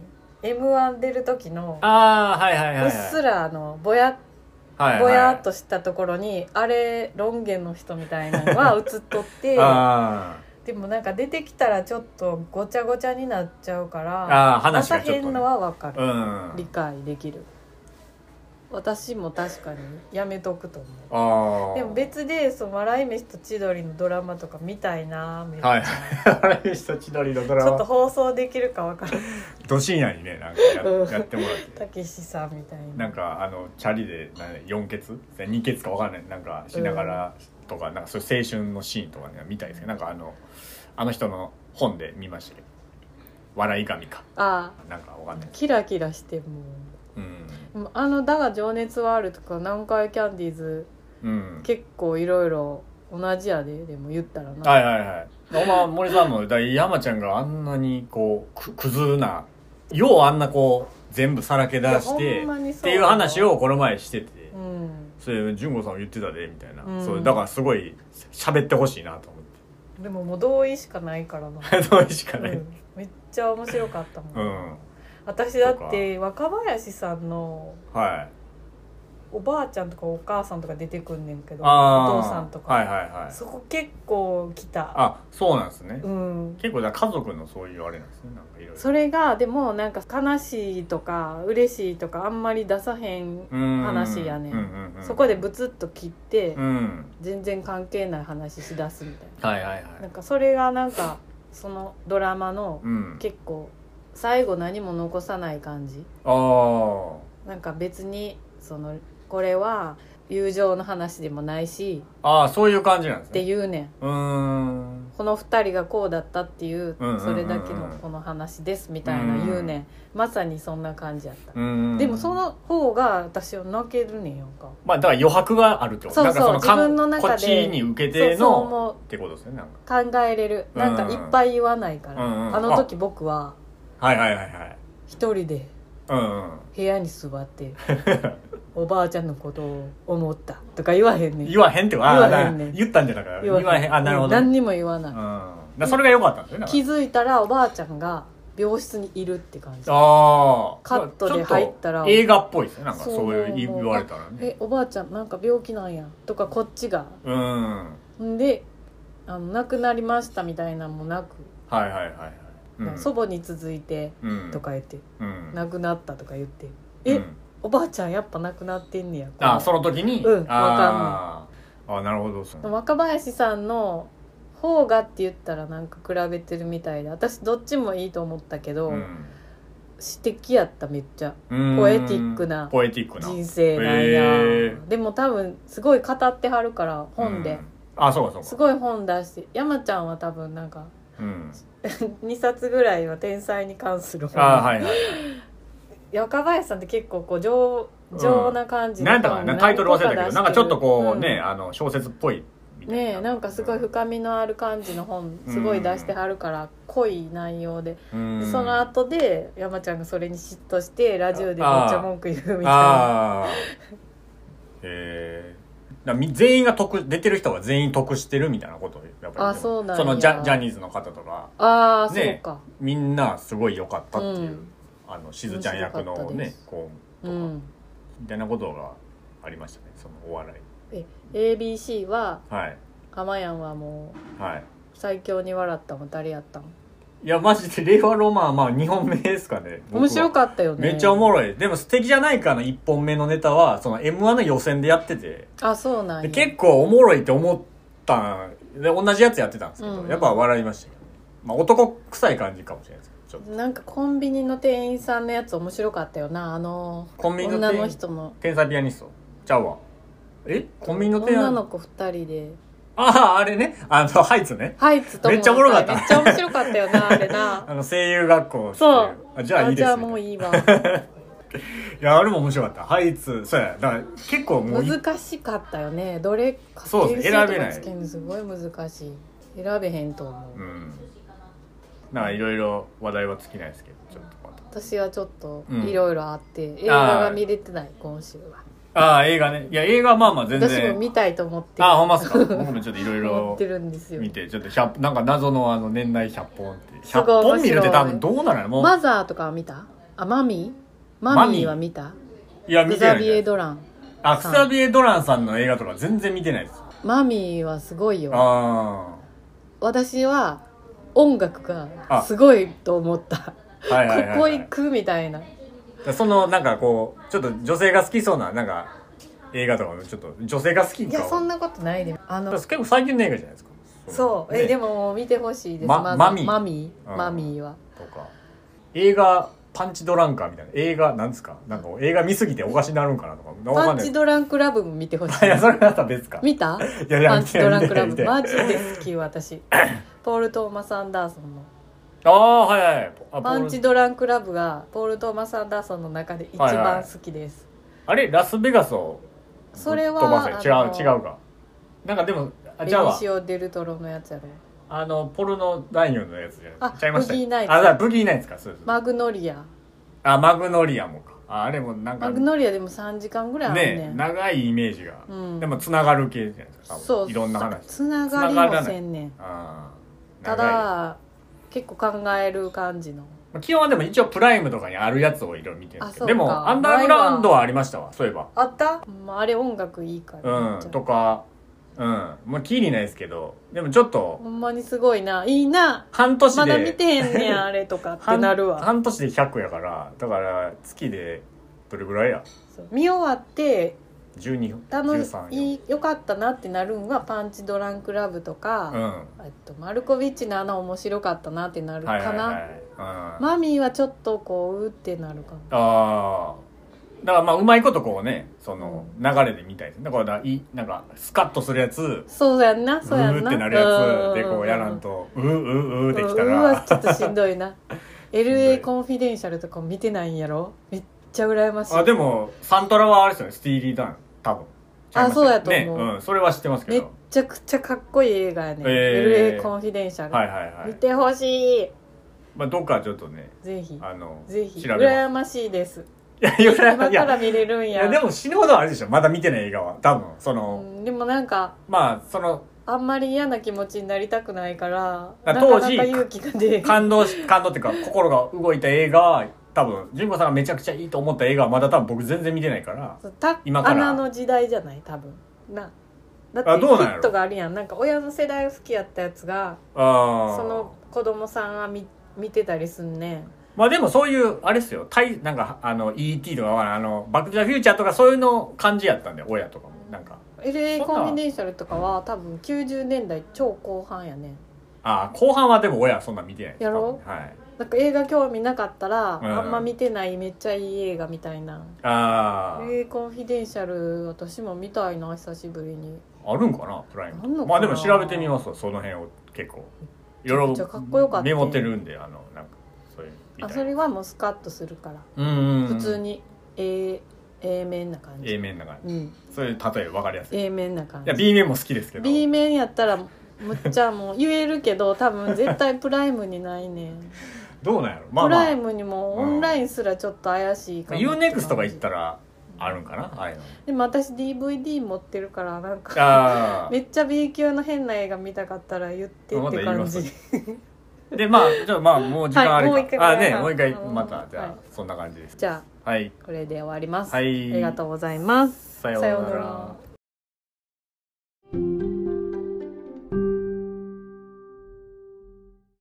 M1 出る時のうっすらぼやっとしたところにあれロン毛の人みたいなのが映っとってでもなんか出てきたらちょっとごちゃごちゃになっちゃうから話がちょっと、 朝変のは分かる、理解できる。私も確かにやめとくと思う。でも別で笑い飯と千鳥のドラマとか見たいなめっちゃ、 笑い飯と千鳥のドラマちょっと放送できるか分からないど深夜にねなんか やってもらってたけしさんみたいななんかチャリで4ケツ2ケツか分からないなんかしながらとか、なんかそういう青春のシーンとかね見たいですけどなんかあの人の本で見ましたけど笑い神かなんか分かんないキラキラしてもだが情熱はあるとか南海キャンディーズ、結構いろいろ同じやでも言ったらな森さんも山ちゃんがあんなにこうクズなようあんなこう全部さらけ出してっていう話をこの前してて、それ純子さんも言ってたでみたいな、そうだからすごい喋ってほしいなと思って。 でももう同意しかないからな同意しかない、 めっちゃ面白かったもん、私だって若林さんのおばあちゃんとかお母さんとか出てくんねんけどお父さんとか、そこ結構来た。 そうなんですね、結構家族のそういうあれなんですね。なんかいろいろそれがでもなんか悲しいとか嬉しいとかあんまり出さへん話やねん。そこでブツッと切って、全然関係ない話しだすみたいな、なんかそれがなんかそのドラマの結構最後何も残さない感じ。なんか別にこれは友情の話でもないしそういう感じなんですねっていうねん。この2人がこうだったっていう、それだけのこの話ですみたいな言うねん。まさにそんな感じやった。でもその方が私は泣けるねんやんか。 だから余白があるってこと。 そう自分の中でこっちに受けてのってことですね。なんか考えれる。なんかいっぱい言わないから、あの時僕は一人で部屋に座っておばあちゃんのことを思ったとか言わへんねん。 言わへんって言わへんねん。言ったんじゃなくて言わへん。なるほど。 何にも言わない。 それが良かったんですよね。 気づいたらおばあちゃんが病室にいるって感じ。カットで入ったら映画っぽいですね。なんかそういう言われたらね。 おばあちゃんなんか病気なんやとかこっちが。で亡くなりましたみたいなのもなく。祖母に続いてとか言って亡くなったとか言っておばあちゃんやっぱ亡くなってんねや。 その時に分かんない。なるほど。 若林さんの方がって言ったらなんか比べてるみたいで、私どっちもいいと思ったけど、詩的やった。めっちゃポエティックな人生なんや。でも多分すごい語ってはるから本で。 そうか。 すごい本出して、山ちゃんは多分なんか2冊ぐらいは天才に関する本。若林さんって結構こう情な感じの本、なんだかタイトル忘れたけど、なんかちょっとこうね、小説っぽいね、なんかすごい深みのある感じの本すごい出してはるから濃い内容で、その後で山ちゃんがそれに嫉妬してラジオでめっちゃ文句言うみたいな。 全員が出てる人は全員得してるみたいなことをやっぱりそうなんや。 そのジャニーズの方とかそうか、 みんなすごい良かったっていう、しずちゃん役のね子とか、みたいなことがありましたね、そのお笑い。 ABC はかまやんはもう最強に笑ったの誰やったの？ いやマジで令和ロマン2本目ですかね。 面白かったよね。 めっちゃおもろい。でも素敵じゃないかの1本目のネタはその M1 の予選でやってて、 そうなんや。 結構おもろいって思ったで同じやつやってたんですけど、やっぱ笑いましたけど、男臭い感じかもしれないですけど、 なんかコンビニの店員さんのやつ面白かったよな。 コンビニの女の人の天才ピアニストちゃうわ。コンビニの店員女の子2人であれね、ハイツね。 ハイツともめっちゃおもろかった。 めっちゃ面白かったよな、あれな。 声優学校。 そう。 じゃあいいですね。 じゃあもういいわ。 いや、あれも面白かった。ハイツ、そうや。だから結構もう。 難しかったよね。どれか。 そうです。選べない。 すごい難しい。選べへんと思う。 なんかいろいろ話題は尽きないですけど、ちょっとまた。 私はちょっといろいろあって、映画が見れてない、今週は。 映画ね。いや、映画全然。 私も見たいと思って。 ほんまっすか。僕もちょっといろいろ。 思ってるんですよ。 見て、ちょっとなんか謎の年内100本って。100本見るって多分どうなるの？もう。 マザーとかは見た？マミーは見た？ いや、見てない。 クザビエ・ドラン。 クザビエ・ドランさんの映画とか全然見てないです。 マミーはすごいよ。私は音楽がすごいと思った。ここ行くみたいな。 なんかこうちょっと女性が好きそうななんか映画とかもちょっと女性が好きか。 いやそんなことないで。 結構最近の映画じゃないですか。 そう。でも見てほしいです。 マミーは。 とか映画パンチドランカーみたいな映画なんですか。なんか映画見すぎておかしになるんかなとか。 パンチドランクラブも見てほしい。 いやそれまた別か。 見た？パンチドランクラブマジで好き私。ポール・トーマス・アンダーソンの。パンチドランクラブがポール・トーマス・アンダーソンの中で一番好きです。 あれラスベガスをそれは違うか。なんかでもベニシオ・デルトロのやつやろ。 ポルノ男優のやつじゃない。ちゃいました。 ブギーナイツ。 ブギーナイツか。そうです。 マグノリア。 マグノリアもか。あれもなんかマグノリアでも3時間ぐらいあるね。 長いイメージが。でもつながる系じゃないですか。そう。いろんな話。 つながりもせんねん。ただ結構考える感じの。 基本はでも一応プライムとかにあるやつをいろいろ見てるんですけど、でもアンダーグラウンドはありましたわ。そういえばあった？あれ音楽いいから。 とかキリないですけど、でもちょっとほんまにすごいな、いいな。 半年でまだ見てへんねんあれとかってなるわ。 半年で100やから、だから月でどれぐらいや。 見終わって 12、 13よかったなってなるんはパンチドランクラブとか、マルコビッチの面白かったなってなるかな。マミーはちょっとこうってなるかも。 だからうまいことこうね、その流れで見たいです。だからなんかスカッとするやつ、 そうやんな。 うーってなるやつでこうやらんとうってきたらはちょっとしんどいな。LA コンフィデンシャルとかも見てないんやろ。めっちゃ羨ましい。 でもサントラはあれですよね、スティーリー・ダン多分。 そうやと思う。 それは知ってますけど。 めっちゃくちゃかっこいい映画やね。LA コンフィデンシャル。見てほしい。 まあどっかちょっとねぜひぜひ羨ましいです。 いや羨ましい。今から見れるんや。 いやでも死ぬほどあるでしょ、まだ見てない映画は多分その、 でもなんかまあそのあんまり嫌な気持ちになりたくないから当時なかなか勇気が出感動っていうか心が動いた映画は多分純子さんがめちゃくちゃいいと思った映画はまだ多分僕全然見てないから今から穴の時代じゃない多分な。だってヒットがあるやん。なんか親の世代好きやったやつがその子供さんは見てたりすんねん。 まあでもそういうあれですよ、なんかE.T. とかバック・トゥ・ザ・フューチャーとかそういうの感じやったんで親とかもなんか LA コンフィデンシャルとかは多分90年代超後半やねん。 ああ後半はでも親はそんな見てないやろ。はい。なんか映画興味なかったら、あんま見てないめっちゃいい映画みたいな。LA コンフィデンシャル私も見たいな久しぶりに。 あるんかなプライム。まあでも調べてみますわその辺を結構いろいろメモってるんでなんかそういうそれはもうスカッとするから普通に A 面な感じ。 A 面な感じ、そういう例え分かりやすい。 A 面な感じ。 いや B 面も好きですけど B 面やったらむっちゃもう言えるけど多分絶対プライムにないねん。 どうなんやろ、 プライムにもオンラインすらちょっと怪しいかも。 UNEXT とか行ったらあるんかなああいうの。 でも私 DVD 持ってるからなんかめっちゃ B 級の変な映画見たかったら言ってって感じ。 でまあじゃあまあもう時間あるか、もう一回またじゃあそんな感じです。 じゃあこれで終わります。 ありがとうございます。 さようなら。